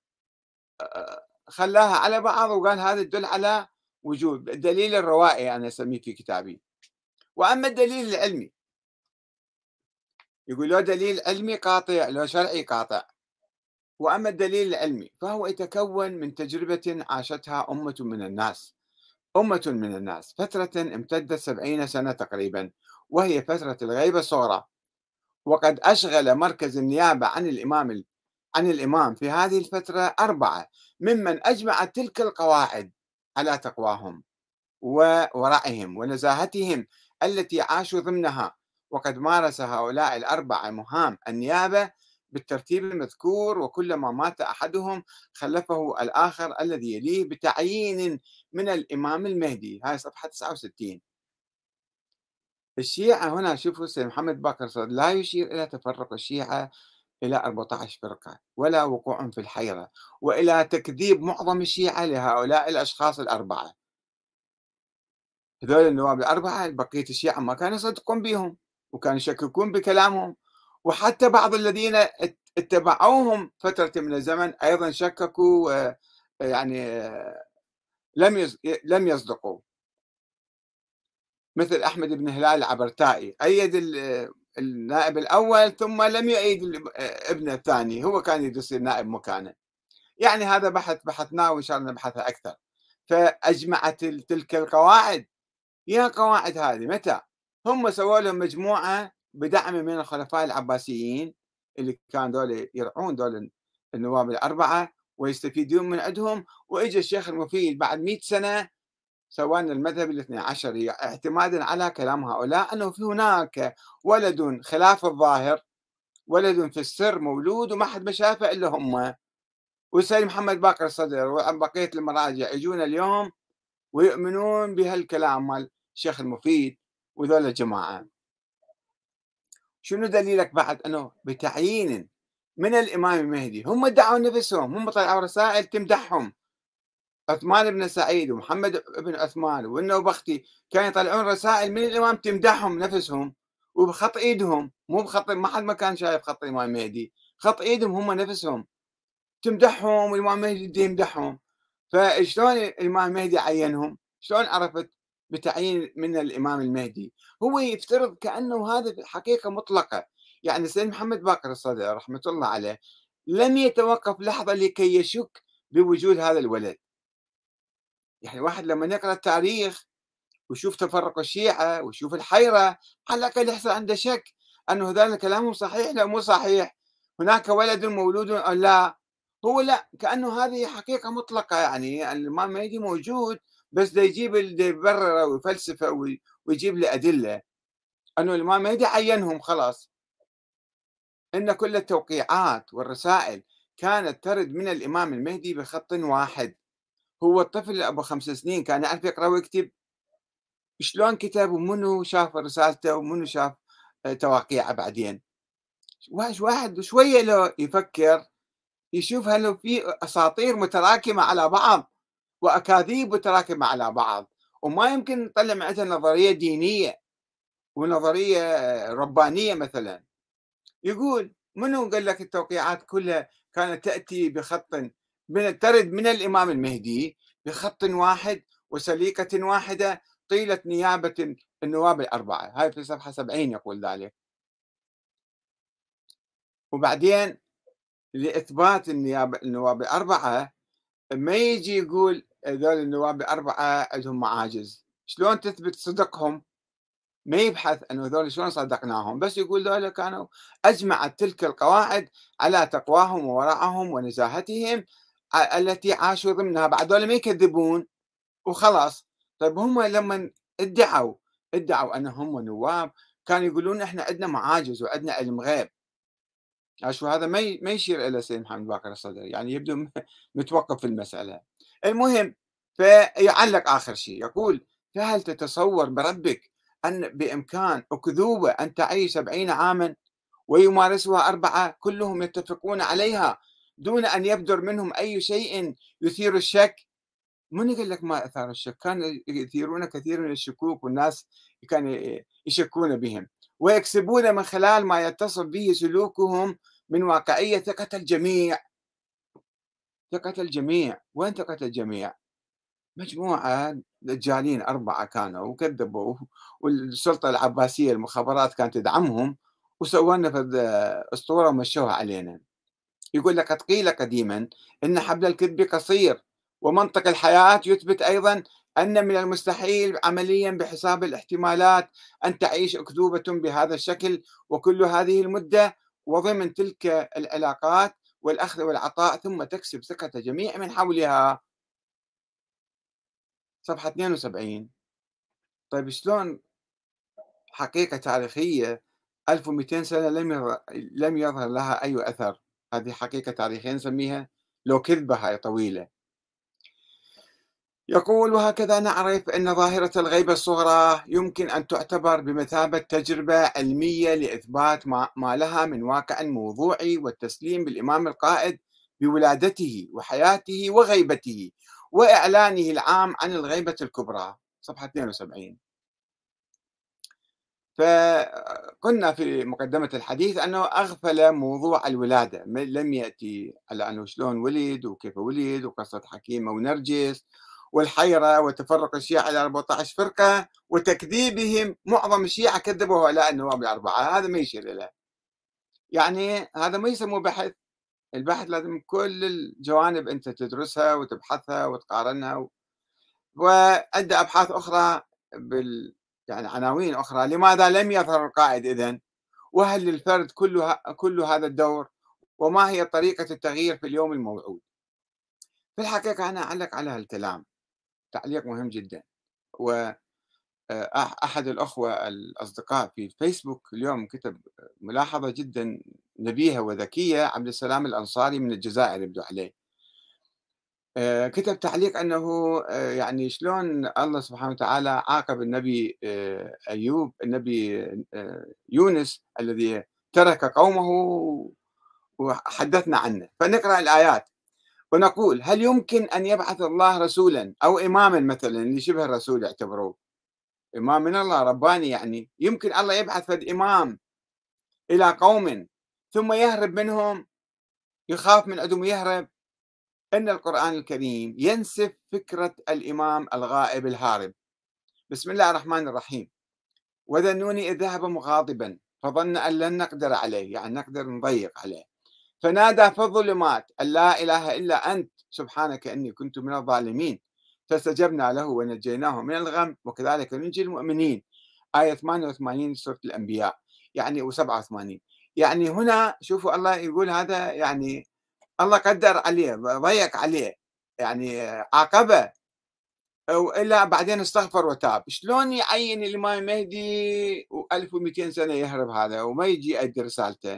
خلاها على بعض وقال هذا يدل على وجود الدليل الروائي، أنا أسميه في كتابي. وأما الدليل العلمي، يقول له دليل علمي قاطع لو شرعي قاطع. وأما الدليل العلمي فهو يتكون من تجربة عاشتها أمة من الناس، أمة من الناس فترة امتدت سبعين سنة تقريبا، وهي فترة الغيبة الصغرى. وقد أشغل مركز النيابة عن الإمام عن الإمام في هذه الفترة أربعة ممن أجمعت تلك القواعد على تقواهم وورعهم ونزاهتهم التي عاشوا ضمنها. وقد مارس هؤلاء الأربعة مهام النيابة بالترتيب المذكور، وكلما مات أحدهم خلفه الآخر الذي يليه بتعيين من الإمام المهدي. هاي صفحة تسعة وستين. الشيعة هنا شوفوا سيد محمد باقر صدر لا يشير إلى تفرق الشيعة إلى أربعة عشر فرقة، ولا وقوعهم في الحيرة، وإلى تكذيب معظم الشيعة لهؤلاء الأشخاص الأربعة. هذول النواب الأربعة بقية الشيعة ما كانوا يصدقون بهم، وكانوا يشككون بكلامهم. وحتى بعض الذين ات- اتبعوهم فترة من الزمن أيضا شككوا، آه، يعني آه، لم يص- لم يصدقوا. مثل أحمد بن هلال العبرتائي أيد ال- النائب الأول ثم لم يؤيد ال- ابن الثاني، هو كان يريد يصير نائب مكانه. يعني هذا بحث بحثناه وإن شاء الله نبحثه أكثر. فأجمعت ال- تلك القواعد. يا قواعد هذه متى؟ هم سووا لهم مجموعة بدعم من الخلفاء العباسيين اللي كان دول يرعون دول النواب الأربعة ويستفيدون من عندهم، وإجا الشيخ المفيد بعد مئة سنة سوانا المذهب الاثني عشري اعتمادا على كلام هؤلاء أنه في هناك ولد خلاف الظاهر، ولد في السر مولود وما حد ما شافه إلا هم. والسيد محمد باقر الصدر وبقية المراجع يجون اليوم ويؤمنون بهالكلام مال الشيخ المفيد وذول الجماعة. شنو دليلك بعد أنه بتعيين من الإمام المهدي؟ هم ادعوا نفسهم، هم طلعوا رسائل تمدحهم. عثمان بن سعيد ومحمد بن عثمان والنوبختي كانوا يطلعون رسائل من الإمام تمدحهم نفسهم، وبخط إيدهم، مو بخط، ما حد ما كان شايف خط الإمام المهدي، خط إيدهم هم نفسهم تمدحهم، والإمام المهدي بده يمدحهم. فشلون الإمام المهدي عينهم؟ شلون عرفت بتعيين من الإمام المهدي؟ هو يفترض كأنه هذا حقيقة مطلقة. يعني السيد محمد باقر الصدر رحمة الله عليه لم يتوقف لحظة لكي يشك بوجود هذا الولد. يعني واحد لما يقرأ التاريخ ويشوف تفرق الشيعة ويشوف الحيرة، على الأقل يحصل عنده شك أنه هذا كلامهم صحيح لا مو صحيح، هناك ولد مولود أو لا. هو لا، كأنه هذه حقيقة مطلقة، يعني الإمام المهدي موجود، بس دا يجيب ال- دا يبرر ويفلسفه وي- ويجيب له أدلة أنه الإمام المهدي عينهم خلاص. إن كل التوقيعات والرسائل كانت ترد من الإمام المهدي بخط واحد. هو الطفل أبو خمس سنين كان يعرف يقرأ ويكتب؟ شلون كتب ومنو شاف رسالته ومنو شاف آه، تواقيعه بعدين؟ واحد واحد شوية لو يفكر يشوف هل في أساطير متراكمة على بعض وأكاذيب متراكمة على بعض، وما يمكن نطلع من عندها نظرية دينية ونظرية آه، ربانية مثلا. يقول منو قال لك التوقيعات كلها كانت تأتي بخط من ترد من الإمام المهدي بخط واحد وسليقة واحدة طيلة نيابة النواب الأربعة. هاي في صفحة سبعين يقول ذلك. وبعدين لإثبات النيابة النواب الأربعة ما يجي يقول هذول النواب الأربعة عندهم معاجز، شلون تثبت صدقهم؟ ما يبحث انه هذول شلون صدقناهم، بس يقول ذولا كانوا اجمعت تلك القواعد على تقواهم وورعهم ونزاهتهم ع التي عاشوا ضمنها، بعد هذول ما يكذبون وخلاص. طيب هم لمّن ادعوا ادعوا أن هم نواب، كانوا يقولون إحنا عندنا معاجز وعندنا علم غيب. أشو هذا ما ي ما يشير إلى السيد محمد باقر الصدر، يعني يبدو م متوقف في المسألة. المهم، فيعلّق آخر شيء يقول: "فهل تتصور بربك أن بإمكان أكذوبة أن تعيش سبعين عامًا ويمارسها أربعة كلهم يتفقون عليها دون أن يبدر منهم أي شيء يثير الشك؟" من قال لك ما أثار الشك؟ كانوا يثيرون كثير من الشكوك، والناس كانوا يشكون بهم، ويكسبون من خلال ما يتصف به سلوكهم من واقعية ثقة الجميع. ثقة الجميع، وين ثقة الجميع؟ مجموعة دجالين أربعة كانوا وكذبوا، والسلطة العباسية المخابرات كانت تدعمهم، وسووا لنا فد أسطورة ومشوها علينا. يقول: لقد قيل قديما إن حبل الكذب قصير، ومنطق الحياة يثبت أيضا أن من المستحيل عمليا بحساب الاحتمالات أن تعيش أكذوبة بهذا الشكل وكل هذه المدة وضمن تلك العلاقات والأخذ والعطاء ثم تكسب ثقة جميع من حولها. صفحة اثنين وسبعين. طيب شلون حقيقة تاريخية ألف ومئتين سنة لم يظهر لم يظهر لها أي أثر؟ هذه حقيقة تاريخية نسميها، لو كذبة هاي طويلة. يقول: وهكذا نعرف أن ظاهرة الغيبة الصغرى يمكن أن تعتبر بمثابة تجربة علمية لإثبات ما ما لها من واقع موضوعي والتسليم بالإمام القائد بولادته وحياته وغيبته وإعلانه العام عن الغيبة الكبرى. صفحة اثنين وسبعين. فقلنا في مقدمة الحديث أنه أغفل موضوع الولادة، م- لم يأتي على أنه شلون ولد وكيف ولد وقصة حكيمة ونرجس والحيرة وتفرق الشيعة إلى أربعة عشر فرقة وتكذيبهم. معظم الشيعة كذبوا هؤلاء النواب الأربعة، هذا ما يشير إليه. يعني هذا ما يسموه بحث. البحث لازم كل الجوانب أنت تدرسها وتبحثها وتقارنها، وعدة أبحاث أخرى بال يعني عناوين أخرى. لماذا لم يظهر القائد إذن؟ وهل للفرد كل ه كل هذا الدور؟ وما هي طريقة التغيير في اليوم الموعود؟ في الحقيقة أنا أعلق على هالكلام تعليق مهم جدًا. و آآ أح أحد الأخوة الأصدقاء في الفيسبوك اليوم كتب ملاحظة جدًا نبيهة وذكية، عبد السلام الأنصاري من الجزائر يبدو عليه. آآ كتب تعليق أنه آآ يعني شلون الله سبحانه وتعالى عاقب النبي آآ أيوب النبي آآ يونس الذي ترك قومه وحدثنا عنه. فنقرأ الآيات ونقول: هل يمكن أن يبعث الله رسولًا أو إمامًا مثلًا اللي شبه الرسول يعتبروه إمام من الله رباني، يعني يمكن الله يبعث فد إمام إلى قوم ثم يهرب منهم، يخاف من عدوم يهرب؟ إن القرآن الكريم ينسف فكرة الإمام الغائب الهارب. بسم الله الرحمن الرحيم: وذا النون إذ ذهب مغاضبا فظن أن لن نقدر عليه، يعني نقدر نضيق عليه، فنادى في الظلمات أن لا إله إلا أنت سبحانك إني كنت من الظالمين، فاستجبنا له ونجيناه من الغم وكذلك ننجي المؤمنين. آية ثمانية وثمانين سورة الأنبياء، يعني و87. يعني هنا شوفوا الله يقول هذا، يعني الله قدر عليه، ضيق عليه، يعني عاقبه، وإلا بعدين استغفر وتاب. شلون يعين الإمام المهدي وألف ومئتين سنة يهرب هذا وما يجي يؤدي رسالته؟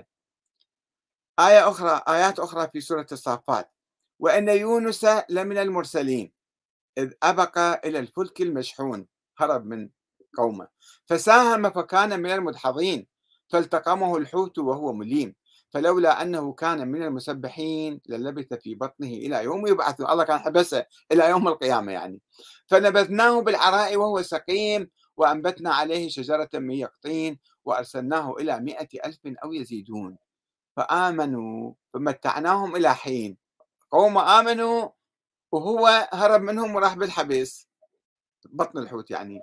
آية أخرى آيات أخرى في سورة الصافات: وأن يونس لمن المرسلين إذ أبق إلى الفلك المشحون، هرب من قومه، فساهم فكان من المدحضين فالتقمه الحوت وهو مليم، فلولا أنه كان من المسبحين للبث في بطنه إلى يوم يبعثون. الله كان حبسه إلى يوم القيامة يعني. فنبذناه بالعراء وهو سقيم وأنبتنا عليه شجرة من يقطين وأرسلناه إلى مائة ألف أو يزيدون فآمنوا فمتعناهم إلى حين. قوم آمنوا وهو هرب منهم وراح بالحبس، بطن الحوت يعني.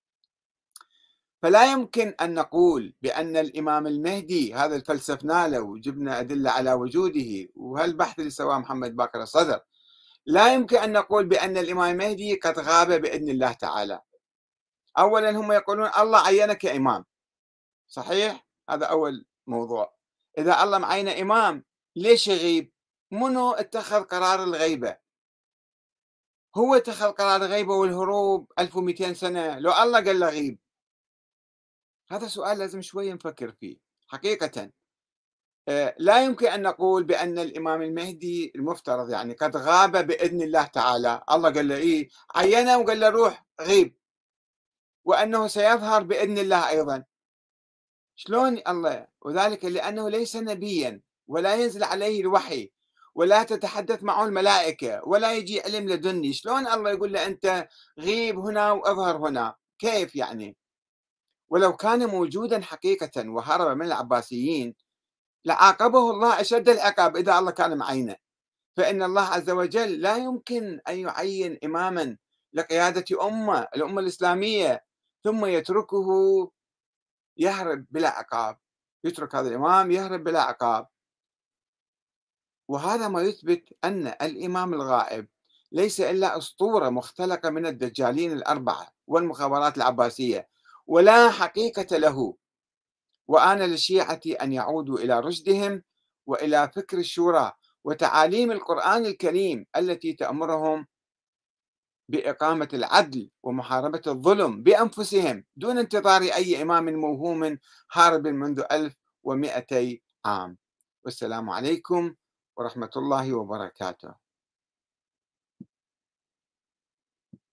فلا يمكن أن نقول بأن الإمام المهدي هذا الفلسفنا له وجبنا أدلة على وجوده، وهالبحث اللي سواه محمد باكر الصدر، لا يمكن أن نقول بأن الإمام المهدي قد غاب بإذن الله تعالى. أولا هم يقولون الله عينك إمام، صحيح؟ هذا أول موضوع. إذا الله معين إمام ليش يغيب؟ منو اتخذ قرار الغيبة؟ هو اتخذ قرار الغيبة والهروب ألف ومئتين سنة، لو الله قال له غيب؟ هذا سؤال لازم شوية نفكر فيه حقيقة. آه، لا يمكن أن نقول بأن الإمام المهدي المفترض يعني قد غاب بإذن الله تعالى، الله قال له إيه عينه وقال له روح غيب، وأنه سيظهر بإذن الله أيضا. شلون الله؟ وذلك لأنه ليس نبيا، ولا ينزل عليه الوحي، ولا تتحدث معه الملائكة، ولا يجي علم لدني. شلون الله يقول له أنت غيب هنا وأظهر هنا؟ كيف يعني؟ ولو كان موجودا حقيقة وهرب من العباسيين لعاقبه الله أشد العقاب إذا الله كان معينه. فإن الله عز وجل لا يمكن أن يعين إماما لقيادة أمة الأمة الإسلامية ثم يتركه يهرب بلا عقاب، يترك هذا الإمام يهرب بلا عقاب. وهذا ما يثبت أن الإمام الغائب ليس إلا أسطورة مختلقة من الدجالين الأربعة والمخابرات العباسية، ولا حقيقة له. وآن للشيعة أن يعودوا إلى رشدهم وإلى فكر الشورى وتعاليم القرآن الكريم التي تأمرهم بإقامة العدل ومحاربة الظلم بأنفسهم دون انتظار أي إمام موهوم هارب منذ ألف ومئتي عام. والسلام عليكم ورحمة الله وبركاته.